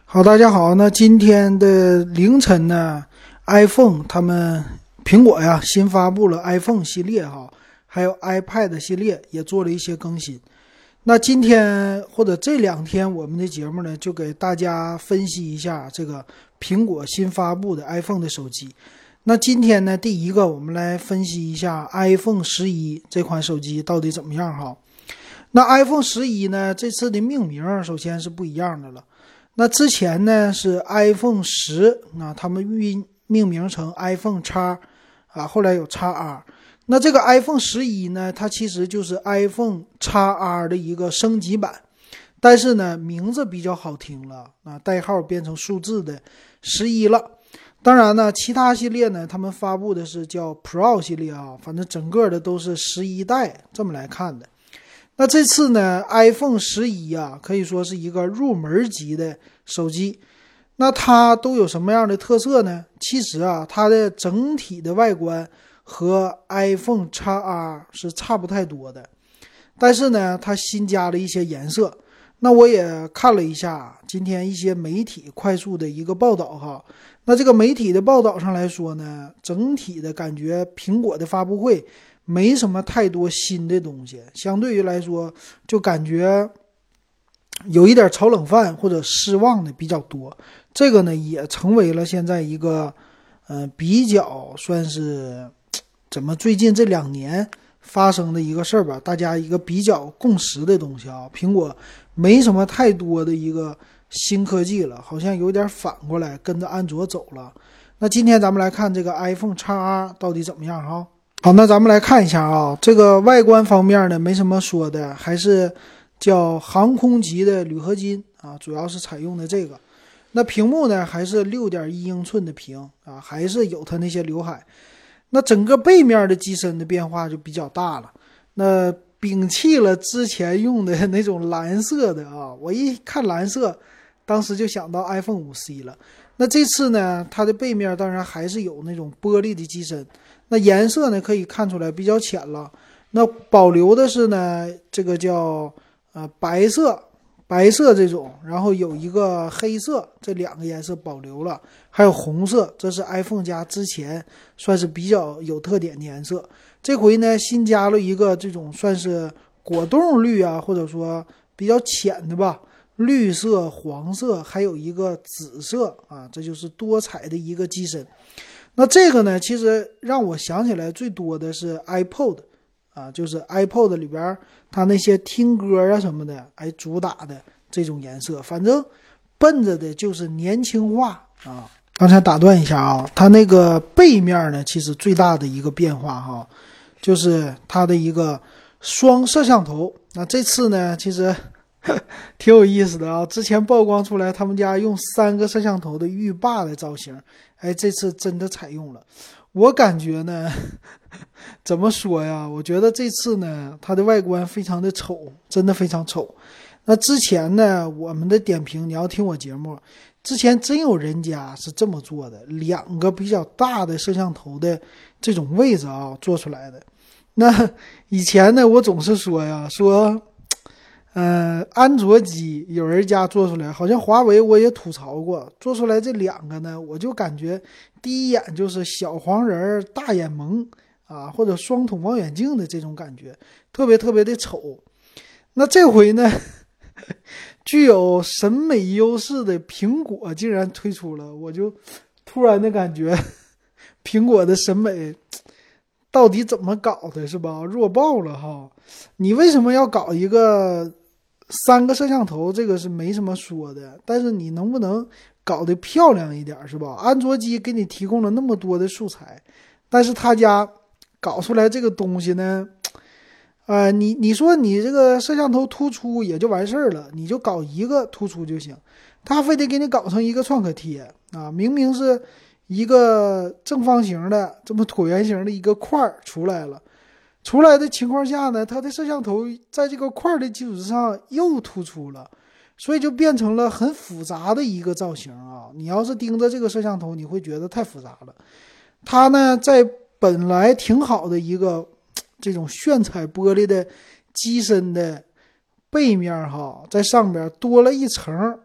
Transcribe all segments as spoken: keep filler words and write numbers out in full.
好，大家好。那今天的凌晨呢，iPhone 他们苹果呀新发布了 iPhone 系列哈，还有 iPad 系列也做了一些更新。那今天或者这两天我们的节目呢，就给大家分析一下这个苹果新发布的 iPhone 的手机。那今天呢，第一个我们来分析一下 iPhone 十一这款手机到底怎么样哈。那 iPhone 十一呢，这次的命名首先是不一样的了。那之前呢是 iPhone 十，那他们命命名成 iPhone X 啊，后来有 X R。那这个 iPhone 十一呢，它其实就是 iPhone X R 的一个升级版，但是呢名字比较好听了啊，代号变成数字的十一了。当然呢，其他系列呢，他们发布的是叫 Pro 系列啊，反正整个的都是十一代这么来看的。那这次呢 iPhone 十一啊，可以说是一个入门级的手机。那它都有什么样的特色呢？其实啊，它的整体的外观和 iPhone X R 是差不太多的，但是呢它新加了一些颜色。那我也看了一下今天一些媒体快速的一个报道哈。那这个媒体的报道上来说呢，整体的感觉苹果的发布会没什么太多新的东西，相对于来说就感觉有一点炒冷饭或者失望的比较多。这个呢也成为了现在一个呃比较算是怎么最近这两年发生的一个事儿吧，大家一个比较共识的东西啊。苹果没什么太多的一个新科技了，好像有点反过来跟着安卓走了。那今天咱们来看这个 iPhone X R 到底怎么样哈。好，那咱们来看一下啊，这个外观方面呢没什么说的，还是叫航空级的铝合金啊，主要是采用的这个。那屏幕呢还是 六点一英寸的屏啊，还是有它那些刘海。那整个背面的机身的变化就比较大了，那摒弃了之前用的那种蓝色的啊，我一看蓝色当时就想到 iPhone 五 C 了。那这次呢，它的背面当然还是有那种玻璃的机身，那颜色呢可以看出来比较浅了。那保留的是呢这个叫呃白色白色这种，然后有一个黑色，这两个颜色保留了，还有红色，这是 iPhone 加之前算是比较有特点的颜色。这回呢新加了一个这种算是果冻绿啊，或者说比较浅的吧，绿色、黄色，还有一个紫色啊，这就是多彩的一个机身。那这个呢其实让我想起来最多的是 iPod 啊，就是 iPod 里边它那些听歌啊什么的，哎，主打的这种颜色，反正奔着的就是年轻化啊。刚才打断一下啊，它那个背面呢，其实最大的一个变化哈，就是它的一个双摄像头。那这次呢，其实挺有意思的啊，之前曝光出来他们家用三个摄像头的浴霸的造型，哎，这次真的采用了。我感觉呢怎么说呀，我觉得这次呢它的外观非常的丑，真的非常丑。那之前呢我们的点评，你要听我节目之前真有人家是这么做的，两个比较大的摄像头的这种位置啊做出来的。那以前呢我总是说呀，说呃，安卓机有人家做出来，好像华为我也吐槽过，做出来这两个呢，我就感觉第一眼就是小黄人大眼萌啊，或者双筒望远镜的这种感觉，特别特别的丑。那这回呢，具有审美优势的苹果竟然推出了，我就突然的感觉，苹果的审美到底怎么搞的，是吧？弱爆了哈！你为什么要搞一个三个摄像头？这个是没什么说的，但是你能不能搞得漂亮一点，是吧？安卓机给你提供了那么多的素材，但是他家搞出来这个东西呢，呃，你你说你这个摄像头突出也就完事儿了，你就搞一个突出就行，他非得给你搞成一个创可贴啊！明明是一个正方形的这么椭圆形的一个块出来了，出来的情况下呢，它的摄像头在这个块的基础上又突出了，所以就变成了很复杂的一个造型啊！你要是盯着这个摄像头，你会觉得太复杂了。它呢，在本来挺好的一个这种炫彩玻璃的机身的背面哈，在上边多了一层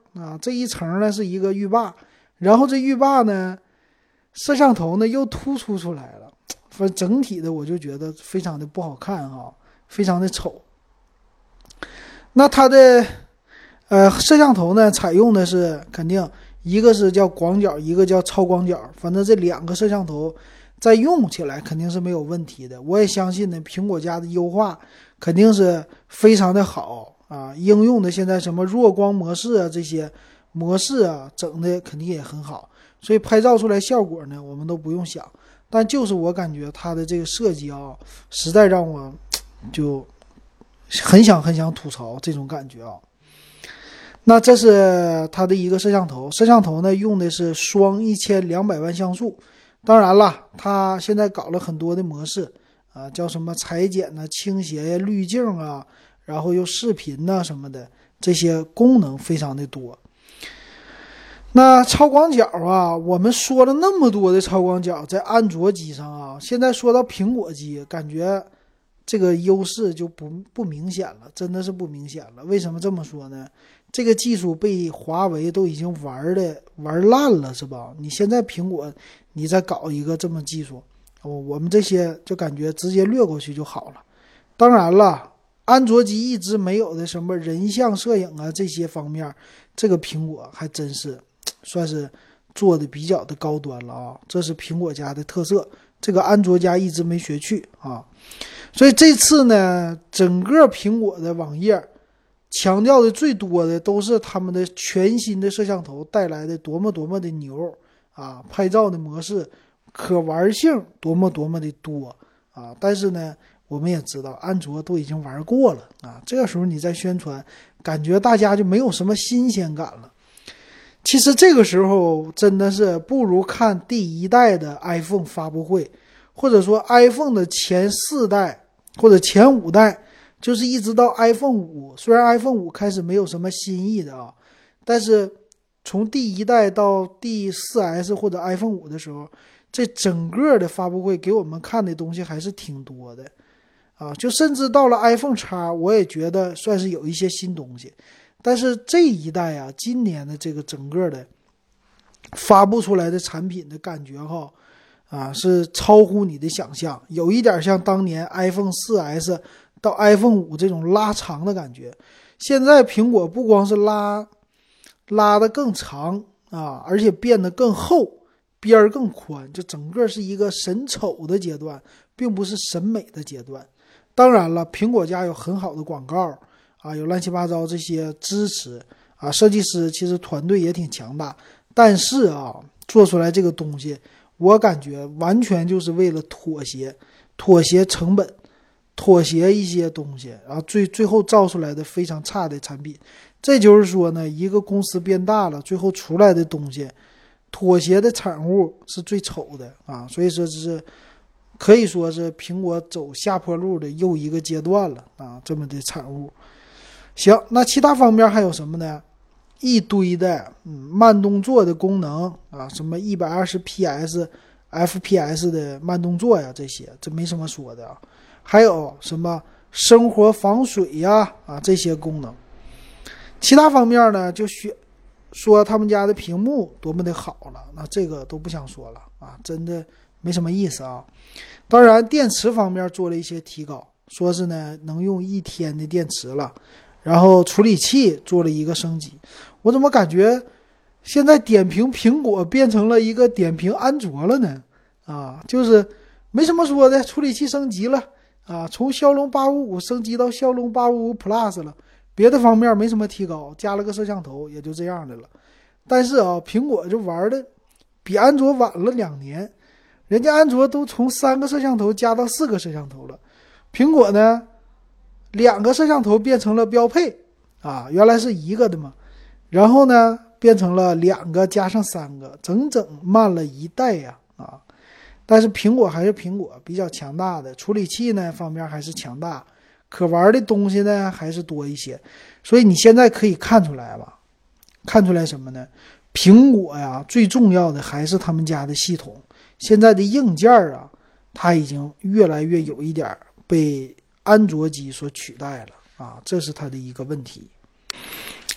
啊，这一层呢是一个浴霸，然后这浴霸呢摄像头呢又突出出来了，反正整体的我就觉得非常的不好看啊，非常的丑。那它的呃摄像头呢采用的是肯定一个是叫广角，一个叫超广角，反正这两个摄像头在用起来肯定是没有问题的。我也相信呢，苹果家的优化肯定是非常的好啊，应用的现在什么弱光模式啊，这些模式啊整的肯定也很好，所以拍照出来效果呢我们都不用想。但就是我感觉它的这个设计啊，实在让我就很想很想吐槽这种感觉啊。那这是它的一个摄像头，摄像头呢用的是双一千两百万像素。当然了，它现在搞了很多的模式啊，叫什么裁剪啊、倾斜呀、滤镜啊，然后又视频呐、啊、什么的，这些功能非常的多。那超广角啊，我们说了那么多的超广角在安卓机上啊，现在说到苹果机，感觉这个优势就不不明显了，真的是不明显了。为什么这么说呢？这个技术被华为都已经玩的玩烂了，是吧？你现在苹果你再搞一个这么技术，我们这些就感觉直接略过去就好了。当然了，安卓机一直没有的什么人像摄影啊这些方面，这个苹果还真是算是做的比较的高端了啊，这是苹果家的特色，这个安卓家一直没学去啊。所以这次呢，整个苹果的网页强调的最多的都是他们的全新的摄像头带来的多么多么的牛啊，拍照的模式可玩性多么多么的多啊。但是呢，我们也知道安卓都已经玩过了啊，这个时候你再宣传，感觉大家就没有什么新鲜感了。其实这个时候真的是不如看第一代的 iPhone 发布会，或者说 iPhone 的前四代或者前五代，就是一直到 iPhone 五，虽然 iPhone 五开始没有什么新意的啊，但是从第一代到第 四 S 或者 iPhone 五的时候，这整个的发布会给我们看的东西还是挺多的啊，就甚至到了 iPhone X， 我也觉得算是有一些新东西。但是这一代啊，今年的这个整个的发布出来的产品的感觉哈，啊，是超乎你的想象，有一点像当年 iPhone 四 S 到 iPhone 五这种拉长的感觉。现在苹果不光是拉拉得更长啊，而且变得更厚，边儿更宽，就整个是一个审丑的阶段，并不是审美的阶段。当然了，苹果家有很好的广告啊，有乱七八糟这些支持啊，设计师其实团队也挺强大，但是啊，做出来这个东西，我感觉完全就是为了妥协，妥协成本，妥协一些东西，然后最最后造出来的非常差的产品。这就是说呢，一个公司变大了，最后出来的东西，妥协的产物是最丑的啊，所以说这是可以说是苹果走下坡路的又一个阶段了啊，这么的产物。行，那其他方面还有什么呢？一堆的嗯慢动作的功能啊，什么 一百二十 P S F P S 的慢动作呀，这些这没什么说的啊。还有什么生活防水呀啊这些功能。其他方面呢，就学说他们家的屏幕多么的好了，那这个都不想说了啊，真的没什么意思啊。当然电池方面做了一些提高，说是呢能用一天的电池了，然后处理器做了一个升级。我怎么感觉现在点评苹果变成了一个点评安卓了呢？啊，就是没什么说的，处理器升级了啊，从骁龙八五五升级到骁龙八五五 Plus 了，别的方面没什么提高，加了个摄像头也就这样的了。但是啊，苹果就玩的比安卓晚了两年，人家安卓都从三个摄像头加到四个摄像头了，苹果呢两个摄像头变成了标配啊，原来是一个的嘛，然后呢变成了两个加上三个，整整慢了一代呀 啊, 啊！但是苹果还是苹果比较强大的，处理器呢方面还是强大，可玩的东西呢还是多一些，所以你现在可以看出来吧？看出来什么呢？苹果呀，最重要的还是他们家的系统，现在的硬件啊，它已经越来越有一点被安卓机所取代了啊，这是它的一个问题。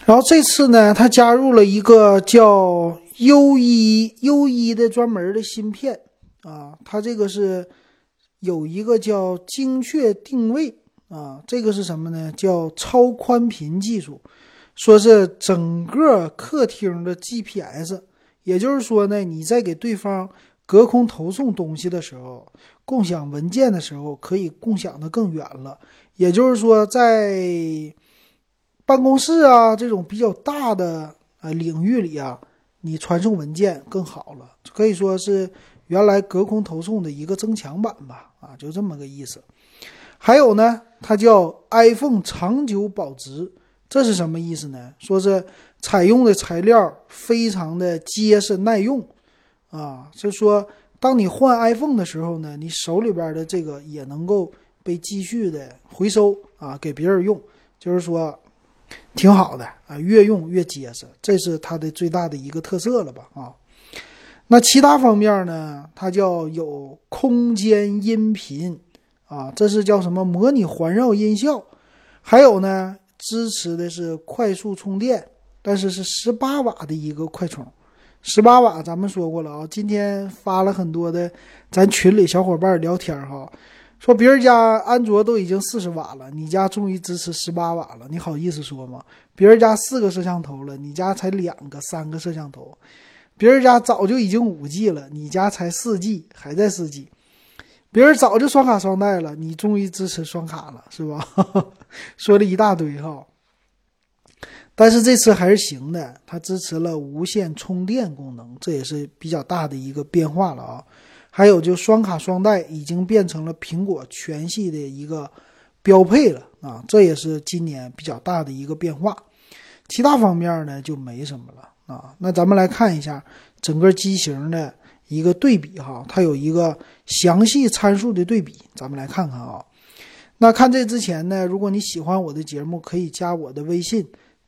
然后这次呢，它加入了一个叫 U 一 U 一的专门的芯片啊，它这个是有一个叫精确定位啊，这个是什么呢？叫超宽频技术，说是整个客厅的 G P S， 也就是说呢，你在给对方隔空投送东西的时候，共享文件的时候，可以共享的更远了。也就是说，在办公室啊这种比较大的呃领域里啊，你传送文件更好了，可以说是原来隔空投送的一个增强版吧，啊，就这么个意思。还有呢，它叫 iPhone 长久保值，这是什么意思呢？说是采用的材料非常的结实耐用啊，就说当你换 iPhone 的时候呢，你手里边的这个也能够被继续的回收啊，给别人用，就是说挺好的啊，越用越结实，这是它的最大的一个特色了吧啊。那其他方面呢，它叫有空间音频啊，这是叫什么模拟环绕音效，还有呢支持的是快速充电，但是是十八瓦的一个快充。十八瓦咱们说过了啊，今天发了很多的咱群里小伙伴聊天哈，说别人家安卓都已经四十瓦了，你家终于支持十八瓦了，你好意思说吗？别人家四个摄像头了，你家才两个三个摄像头，别人家早就已经 五 G 了，你家才 四 G 还在 四 G， 别人早就双卡双待了，你终于支持双卡了，是吧？说了一大堆哈。但是这次还是行的，它支持了无线充电功能，这也是比较大的一个变化了啊。还有就双卡双待已经变成了苹果全系的一个标配了啊，这也是今年比较大的一个变化。其他方面呢就没什么了啊。那咱们来看一下整个机型的一个对比哈，它有一个详细参数的对比，咱们来看看啊。那看这之前呢，如果你喜欢我的节目，可以加我的微信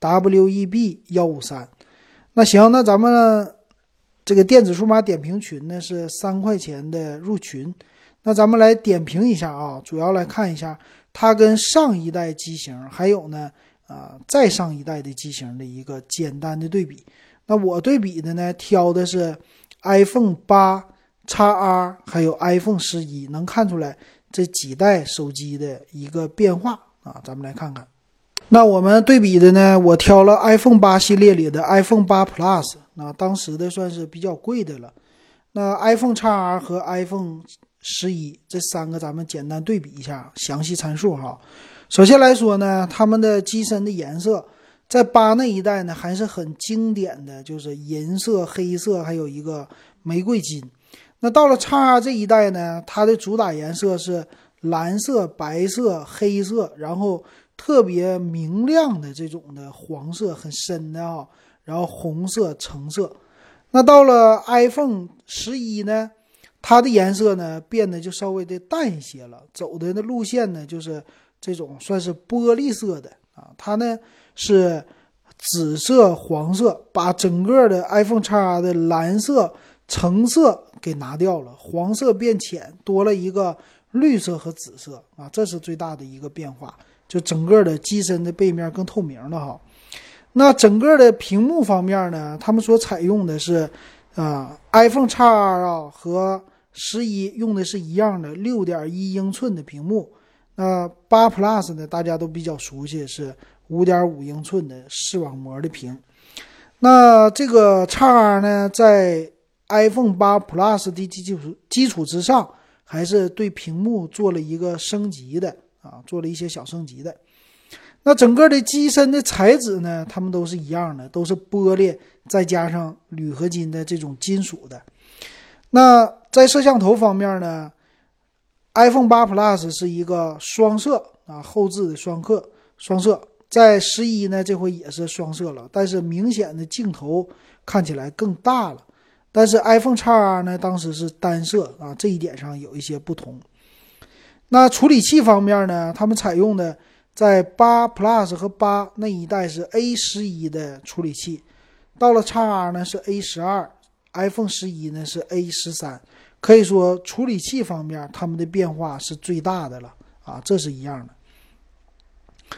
W E B 一五三。那行，那咱们这个电子数码点评群呢是三块钱的入群。那咱们来点评一下啊，主要来看一下它跟上一代机型，还有呢呃再上一代的机型的一个简单的对比。那我对比的呢，挑的是 iPhone 八 X R 还有 iPhone 十一，能看出来这几代手机的一个变化啊，咱们来看看。那我们对比的呢，我挑了 iPhone 八系列里的 iPhone 八 Plus， 那当时的算是比较贵的了。那 iPhone X R 和 iPhone 十一这三个咱们简单对比一下详细参数哈。首先来说呢，它们的机身的颜色在八那一代呢还是很经典的，就是银色、黑色还有一个玫瑰金。那到了 X R 这一代呢，它的主打颜色是蓝色、白色、黑色，然后特别明亮的这种的黄色，很深的啊，然后红色、橙色。那到了 iPhone 十一呢，它的颜色呢变得就稍微的淡一些了，走的路线呢就是这种算是玻璃色的啊，它呢是紫色、黄色，把整个的 iPhone X R 的蓝色、橙色给拿掉了，黄色变浅，多了一个绿色和紫色啊，这是最大的一个变化，就整个的机身的背面更透明了哈。那整个的屏幕方面呢，他们所采用的是啊 iPhone X R 啊和十一用的是一样的 六点一英寸的屏幕。那八 Plus 呢，大家都比较熟悉，是 五点五英寸的视网膜的屏。那这个 X R 呢，在 iPhone 八 Plus 的基础基础之上，还是对屏幕做了一个升级的啊，做了一些小升级的。那整个的机身的材质呢，它们都是一样的，都是玻璃再加上铝合金的这种金属的。那在摄像头方面呢， iPhone 八 Plus 是一个双摄啊，后置的双摄双摄，在十一呢这回也是双摄了，但是明显的镜头看起来更大了。但是 iPhone X R 呢当时是单摄啊，这一点上有一些不同。那处理器方面呢，他们采用的在八 Plus 和八那一代是 A 十一 的处理器，到了 X R 呢是 A 十二， iPhone 十一呢是 A 十三， 可以说处理器方面他们的变化是最大的了啊，这是一样的。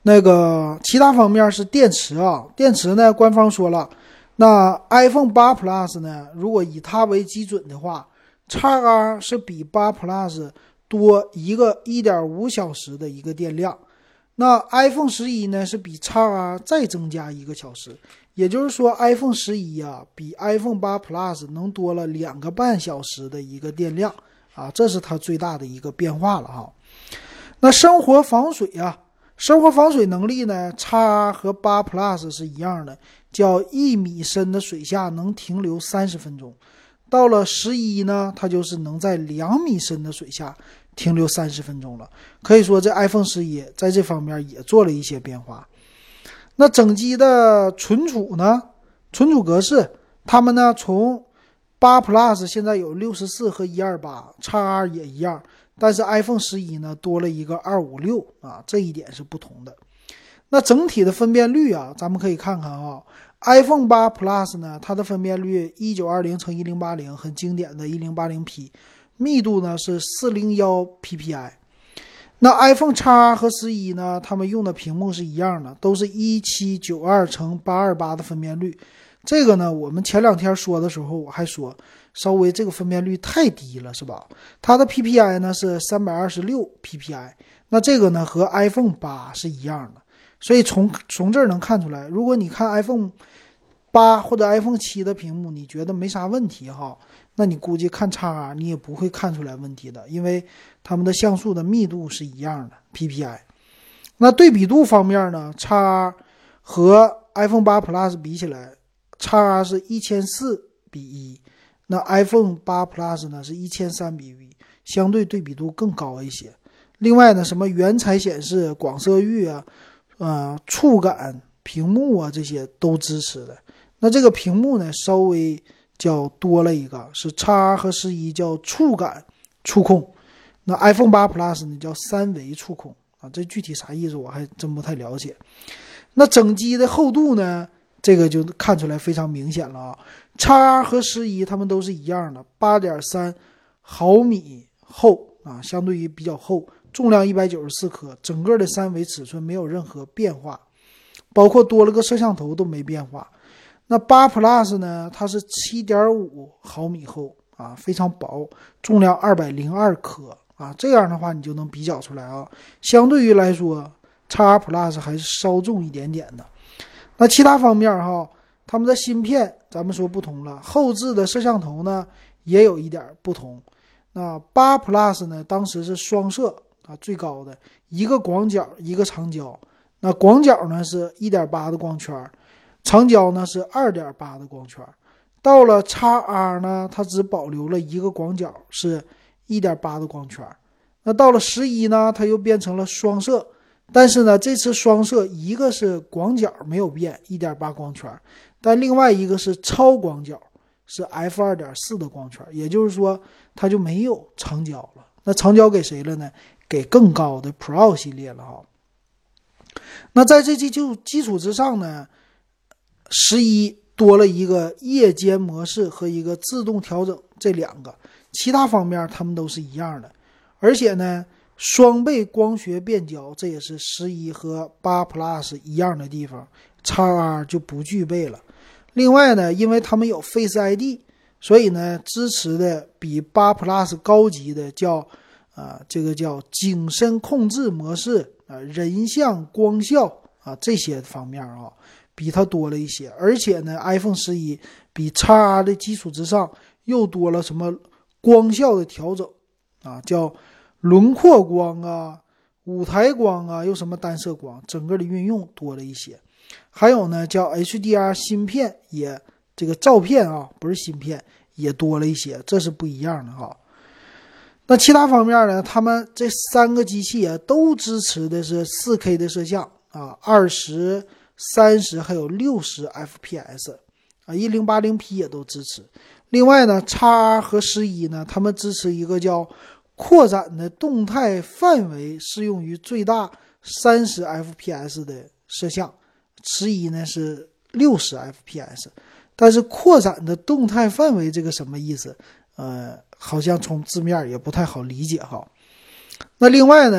那个其他方面是电池啊，电池呢，官方说了，那 iPhone 八 Plus 呢，如果以它为基准的话 ，X R 是比八 Plus 多一个 一点五 小时的一个电量。那 iPhone 十一呢是比 X R 再增加一个小时，也就是说 iPhone 十一啊比 iPhone 八 Plus 能多了两个半小时的一个电量啊，这是它最大的一个变化了哈。那生活防水啊，生活防水能力呢 ，X R 和八 Plus 是一样的，叫一米深的水下能停留三十分钟。到了十一呢，它就是能在两米深的水下停留三十分钟了。可以说这 iPhone 十一在这方面也做了一些变化。那整机的存储呢，存储格式它们呢从八 Plus 现在有六十四和一二八 ，X R 也一样，但是 iPhone 十一呢多了一个二五六啊，这一点是不同的。那整体的分辨率啊，咱们可以看看啊 ，iPhone 八 Plus 呢，它的分辨率一九二零乘一零八零，很经典的一零八零 P， 密度呢是四零一 P P I。那 iPhone X R 和十一呢，它们用的屏幕是一样的，都是一七九二乘八二八的分辨率。这个呢，我们前两天说的时候，我还说稍微这个分辨率太低了，是吧？它的 P P I 呢是三百二十六 P P I， 那这个呢和 iPhone 八是一样的。所以从从这儿能看出来，如果你看 iPhone 八或者 iPhone 七的屏幕，你觉得没啥问题哈，那你估计看 X R 你也不会看出来问题的，因为它们的像素的密度是一样的 P P I。 那对比度方面呢， X R 和 iPhone 八 Plus 比起来， X R 是一千四百比一，那 iPhone 八 Plus 呢是一千三百比一，相对对比度更高一些。另外呢，什么原彩显示、广色域啊、呃触感屏幕啊，这些都支持的。那这个屏幕呢稍微叫多了一个，是 X R 和十一叫触感触控，那 iPhone 八 Plus 呢叫三维触控啊，这具体啥意思我还真不太了解。那整机的厚度呢，这个就看出来非常明显了啊。X R 和十一它们都是一样的 八点三毫米厚啊，相对于比较厚，重量一百九十四克，整个的三维尺寸没有任何变化，包括多了个摄像头都没变化。那八 Plus 呢，它是 七点五毫米厚啊，非常薄，重量二百零二克啊，这样的话你就能比较出来啊。相对于来说 ，X R Plus 还是稍重一点点的。那其他方面哈，他们的芯片咱们说不同了，后置的摄像头呢也有一点不同。那八 Plus 呢，当时是双摄啊，最高的一个广角一个长焦，那广角呢是 一点八 的光圈，长焦呢是 二点八 的光圈。到了 X R 呢，它只保留了一个广角是 一点八 的光圈。那到了十一呢，它又变成了双摄，但是呢这次双摄一个是广角没有变 一点八 光圈，但另外一个是超广角，是 F 二点四 的光圈，也就是说它就没有长焦了。那长焦给谁了呢？给更高的 Pro 系列了哈。那在这基础基础之上呢，十一多了一个夜间模式和一个自动调整这两个，其他方面它们都是一样的。而且呢，双倍光学变焦，这也是十一和八 Plus 一样的地方 ，X R 就不具备了。另外呢，因为他们有 Face I D， 所以呢，支持的比八 Plus 高级的叫啊，这个叫景深控制模式啊，人像光效啊，这些方面啊，比它多了一些。而且呢 ，iPhone 十一比 X R 的基础之上又多了什么光效的调整啊，叫轮廓光啊、舞台光啊，又什么单色光，整个的运用多了一些。还有呢，叫 H D R 芯片也这个照片啊，不是芯片也多了一些，这是不一样的哈。那其他方面呢，他们这三个机器啊都支持的是 四K 的摄像啊，二十、三十还有六十 F P S 啊，一零八零 P 也都支持。另外呢 ，X R 和十一呢，他们支持一个叫扩展的动态范围，适用于最大三十 F P S 的摄像。十一呢是六十 F P S， 但是扩展的动态范围这个什么意思？呃，好像从字面也不太好理解哈。那另外呢，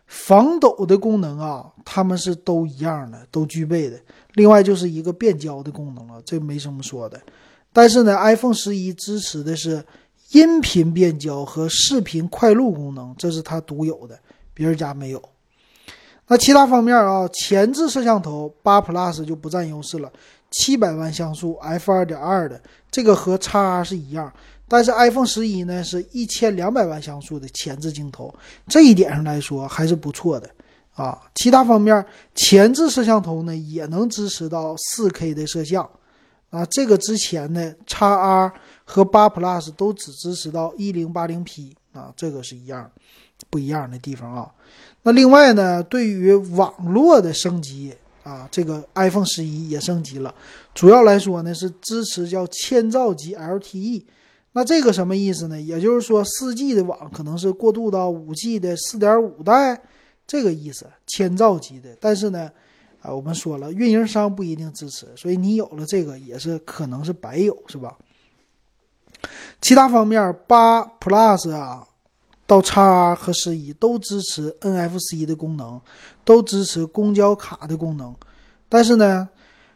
防抖的功能啊，它们是都一样的，都具备的。另外就是一个变焦的功能了，这没什么说的。但是呢 iPhone 十一支持的是音频变焦和视频快录功能，这是它独有的，别人家没有。那其他方面啊，前置摄像头八 Plus 就不占优势了，七百万像素 F 二点二 的，这个和 X R 是一样。但是 iPhone 十一呢是一千两百万像素的前置镜头，这一点上来说还是不错的啊。其他方面前置摄像头呢也能支持到 四K 的摄像啊，这个之前呢 X R 和八 Plus 都只支持到 一零八零P 啊，这个是一样不一样的地方啊。那另外呢，对于网络的升级啊，这个 iPhone 十一也升级了，主要来说呢是支持叫千兆级 L T E。那这个什么意思呢？也就是说 四 G 的网可能是过渡到 五 G 的 四点五 代，这个意思，千兆级的。但是呢啊，我们说了运营商不一定支持，所以你有了这个也是可能是白有，是吧？其他方面八 Plus 啊到 X R 和十一都支持 N F C 的功能，都支持公交卡的功能。但是呢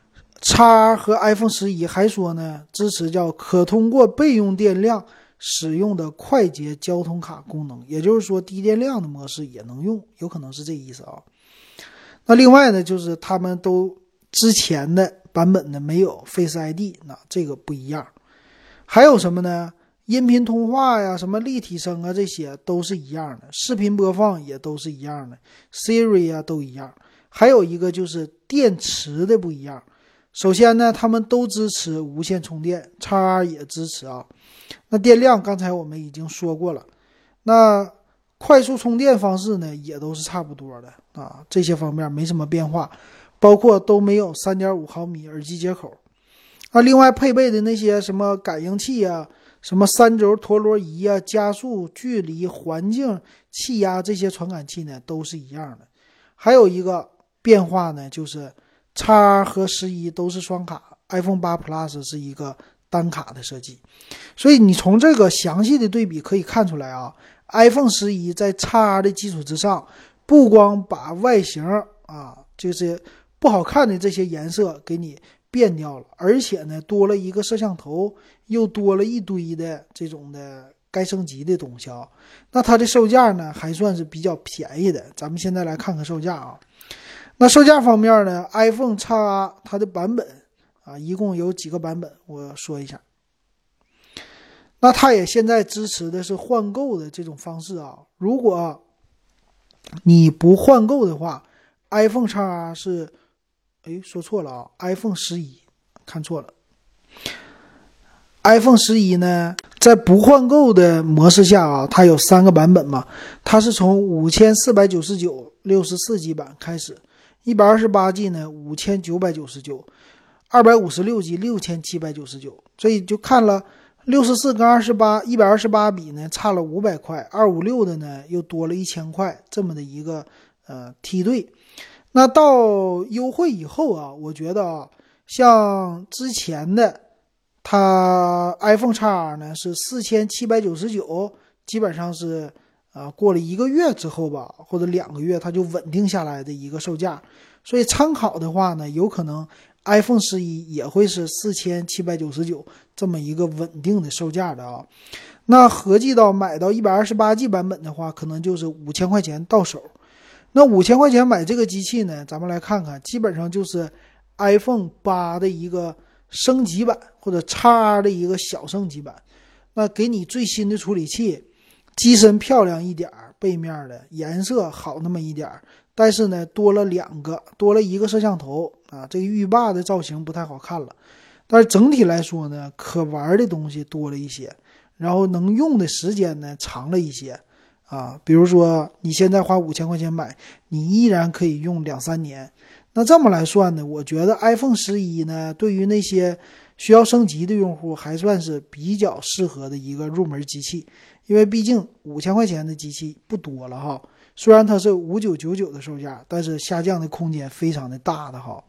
X R 和 iPhone 十一还说呢，支持叫可通过备用电量使用的快捷交通卡功能，也就是说低电量的模式也能用，有可能是这意思啊。那另外呢，就是他们都之前的版本呢没有 Face I D， 那这个不一样。还有什么呢？音频通话呀，什么立体声啊，这些都是一样的，视频播放也都是一样的 ，Siri 啊都一样。还有一个就是电池的不一样。首先呢，他们都支持无线充电 ，X R 也支持啊。那电量刚才我们已经说过了，那快速充电方式呢也都是差不多的啊，这些方面没什么变化，包括都没有 三点五毫米耳机接口。啊，另外配备的那些什么感应器啊，什么三轴陀螺仪啊，加速、距离、环境、气压这些传感器呢都是一样的。还有一个变化呢，就是X R 和十一都是双卡 ，iPhone 八 Plus 是一个单卡的设计。所以你从这个详细的对比可以看出来啊 ，iPhone 十一在 X R 的基础之上，不光把外形啊，就是不好看的这些颜色给你变掉了，而且呢多了一个摄像头，又多了一堆的这种的该升级的东西啊。那它的售价呢还算是比较便宜的，咱们现在来看看售价啊。那售价方面呢 ，iPhone X R 它的版本啊，一共有几个版本，我说一下。那它也现在支持的是换购的这种方式啊。如果你不换购的话 ，iPhone X R 是，哎，说错了啊 ，iPhone 十一，看错了。iPhone 十一呢，在不换购的模式下啊，它有三个版本嘛，它是从五千四百九十九六十四 G 版开始。一百二十八 G 呢五千九百九十九，二百五十六 G 六千七百九十九，所以就看了六十四跟二十八一百二十八比呢差了五百块，二百五十六的呢又多了一千块，这么的一个呃梯队。那到优惠以后啊，我觉得啊，像之前的它 iPhone X R 呢是四千七百九十九，基本上是啊，过了一个月之后吧，或者两个月，它就稳定下来的一个售价。所以参考的话呢，有可能 iPhone 十一也会是四千七百九十九这么一个稳定的售价的啊。那合计到买到一百二十八 G 版本的话，可能就是五千块钱到手。那五千块钱买这个机器呢，咱们来看看，基本上就是 iPhone 八的一个升级版，或者 X R 的一个小升级版。那给你最新的处理器。机身漂亮一点，背面的颜色好那么一点，但是呢多了两个多了一个摄像头啊，这个浴霸的造型不太好看了，但是整体来说呢可玩的东西多了一些，然后能用的时间呢长了一些啊，比如说你现在花五千块钱买，你依然可以用两三年。那这么来算呢，我觉得 iPhone 十一呢对于那些需要升级的用户还算是比较适合的一个入门机器，因为毕竟五千块钱的机器不多了哈，虽然它是五千九百九十九的售价，但是下降的空间非常的大的哈。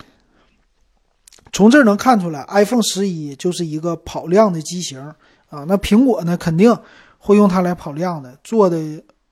从这儿能看出来 iPhone 十一就是一个跑量的机型啊，那苹果呢肯定会用它来跑量的，做的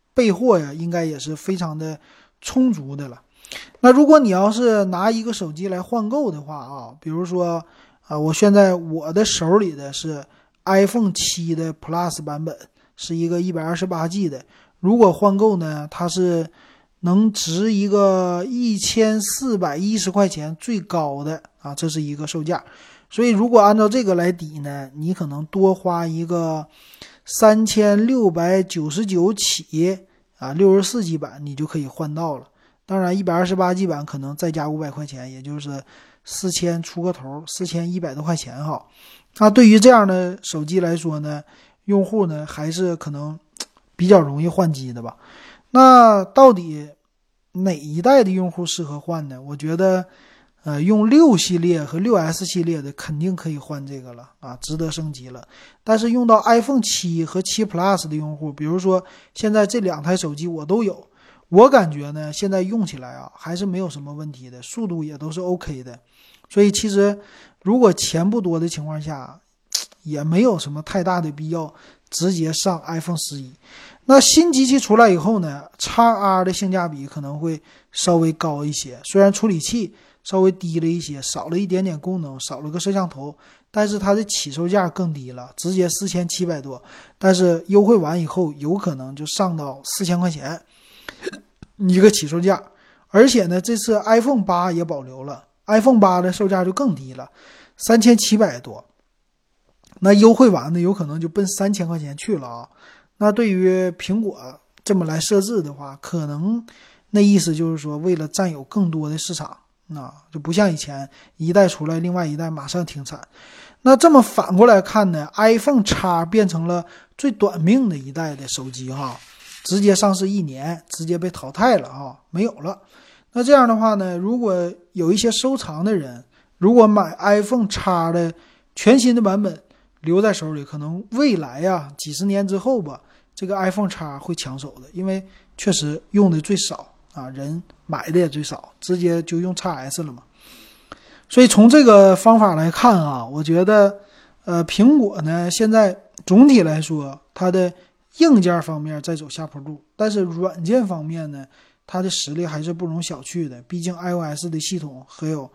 备货呀，应该也是非常的充足的了。那如果你要是拿一个手机来换购的话啊，比如说啊，我现在我的手里的是 iPhone 七的 Plus 版本，是一个 一百二十八 G 的。如果换购呢，它是能值一个一千四百一十块钱最高的啊，这是一个售价。所以如果按照这个来抵呢，你可能多花一个三千六百九十九起啊，六十四 G 版你就可以换到了。当然 一百二十八 G 版可能再加五百块钱，也就是四千出个头，四千一百多块钱哈。那对于这样的手机来说呢，用户呢还是可能比较容易换机的吧。那到底哪一代的用户适合换呢？我觉得呃，用六系列和 六 S 系列的肯定可以换这个了啊，值得升级了。但是用到 iPhone 七和七 Plus 的用户，比如说现在这两台手机我都有，我感觉呢现在用起来啊还是没有什么问题的，速度也都是 OK 的。所以其实如果钱不多的情况下，也没有什么太大的必要直接上 iPhone 十一。那新机器出来以后呢 ，X R 的性价比可能会稍微高一些，虽然处理器稍微低了一些，少了一点点功能，少了个摄像头，但是它的起售价更低了，直接四千七百多，但是优惠完以后有可能就上到四千块钱一个起售价。而且呢，这次 iPhone 八也保留了， iPhone 八的售价就更低了，三千七百多，那优惠完的有可能就奔三千块钱去了啊。那对于苹果这么来设置的话，可能那意思就是说为了占有更多的市场，那就不像以前一代出来另外一代马上停产。那这么反过来看呢， iPhone X 变成了最短命的一代的手机哈，直接上市一年直接被淘汰了哈，没有了。那这样的话呢，如果有一些收藏的人，如果买 iPhone X 的全新的版本留在手里，可能未来呀几十年之后吧，这个 iPhone X 会抢手的，因为确实用的最少啊，人买的也最少，直接就用 X S 了嘛。所以从这个方法来看啊，我觉得呃，苹果呢现在总体来说它的硬件方面在走下坡路，但是软件方面呢，它的实力还是不容小觑的。毕竟 iOS 的系统还有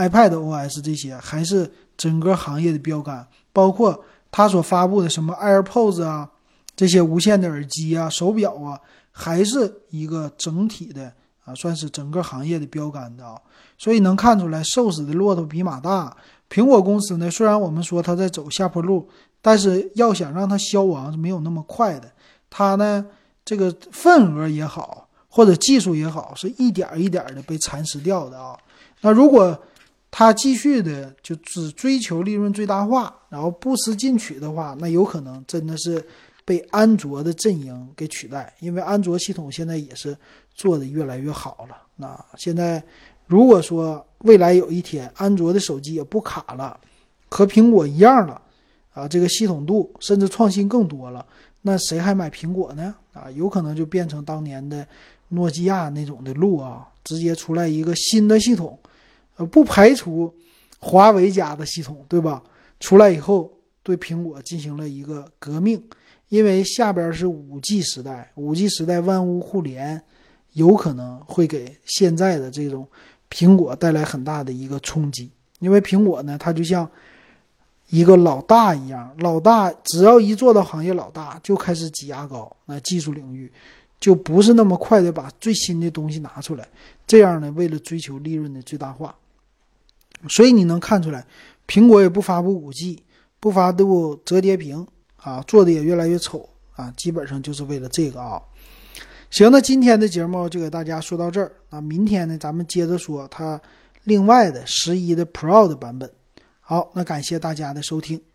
iPadOS 这些还是整个行业的标杆，包括它所发布的什么 AirPods 啊，这些无线的耳机啊、手表啊，还是一个整体的啊，算是整个行业的标杆的啊。所以能看出来，瘦死的骆驼比马大。苹果公司呢，虽然我们说它在走下坡路，但是要想让它消亡是没有那么快的。它呢，这个份额也好，或者技术也好，是一点一点的被蚕食掉的啊。那如果它继续的就只追求利润最大化，然后不思进取的话，那有可能真的是被安卓的阵营给取代，因为安卓系统现在也是做的越来越好了。那现在如果说未来有一天安卓的手机也不卡了，和苹果一样了啊，这个系统度甚至创新更多了，那谁还买苹果呢？啊，有可能就变成当年的诺基亚那种的路啊，直接出来一个新的系统，呃，不排除华为家的系统，对吧？出来以后对苹果进行了一个革命，因为下边是 五 G 时代 ,五 G 时代万物互联，有可能会给现在的这种苹果带来很大的一个冲击。因为苹果呢，它就像一个老大一样，老大只要一做到行业老大，就开始挤牙膏，那技术领域就不是那么快的把最新的东西拿出来，这样呢，为了追求利润的最大化。所以你能看出来，苹果也不发布 五 G， 不发布折叠屏啊，做的也越来越丑啊，基本上就是为了这个啊。行，那今天的节目就给大家说到这儿啊，明天呢咱们接着说它另外的十一的 Pro 的版本。好，那感谢大家的收听。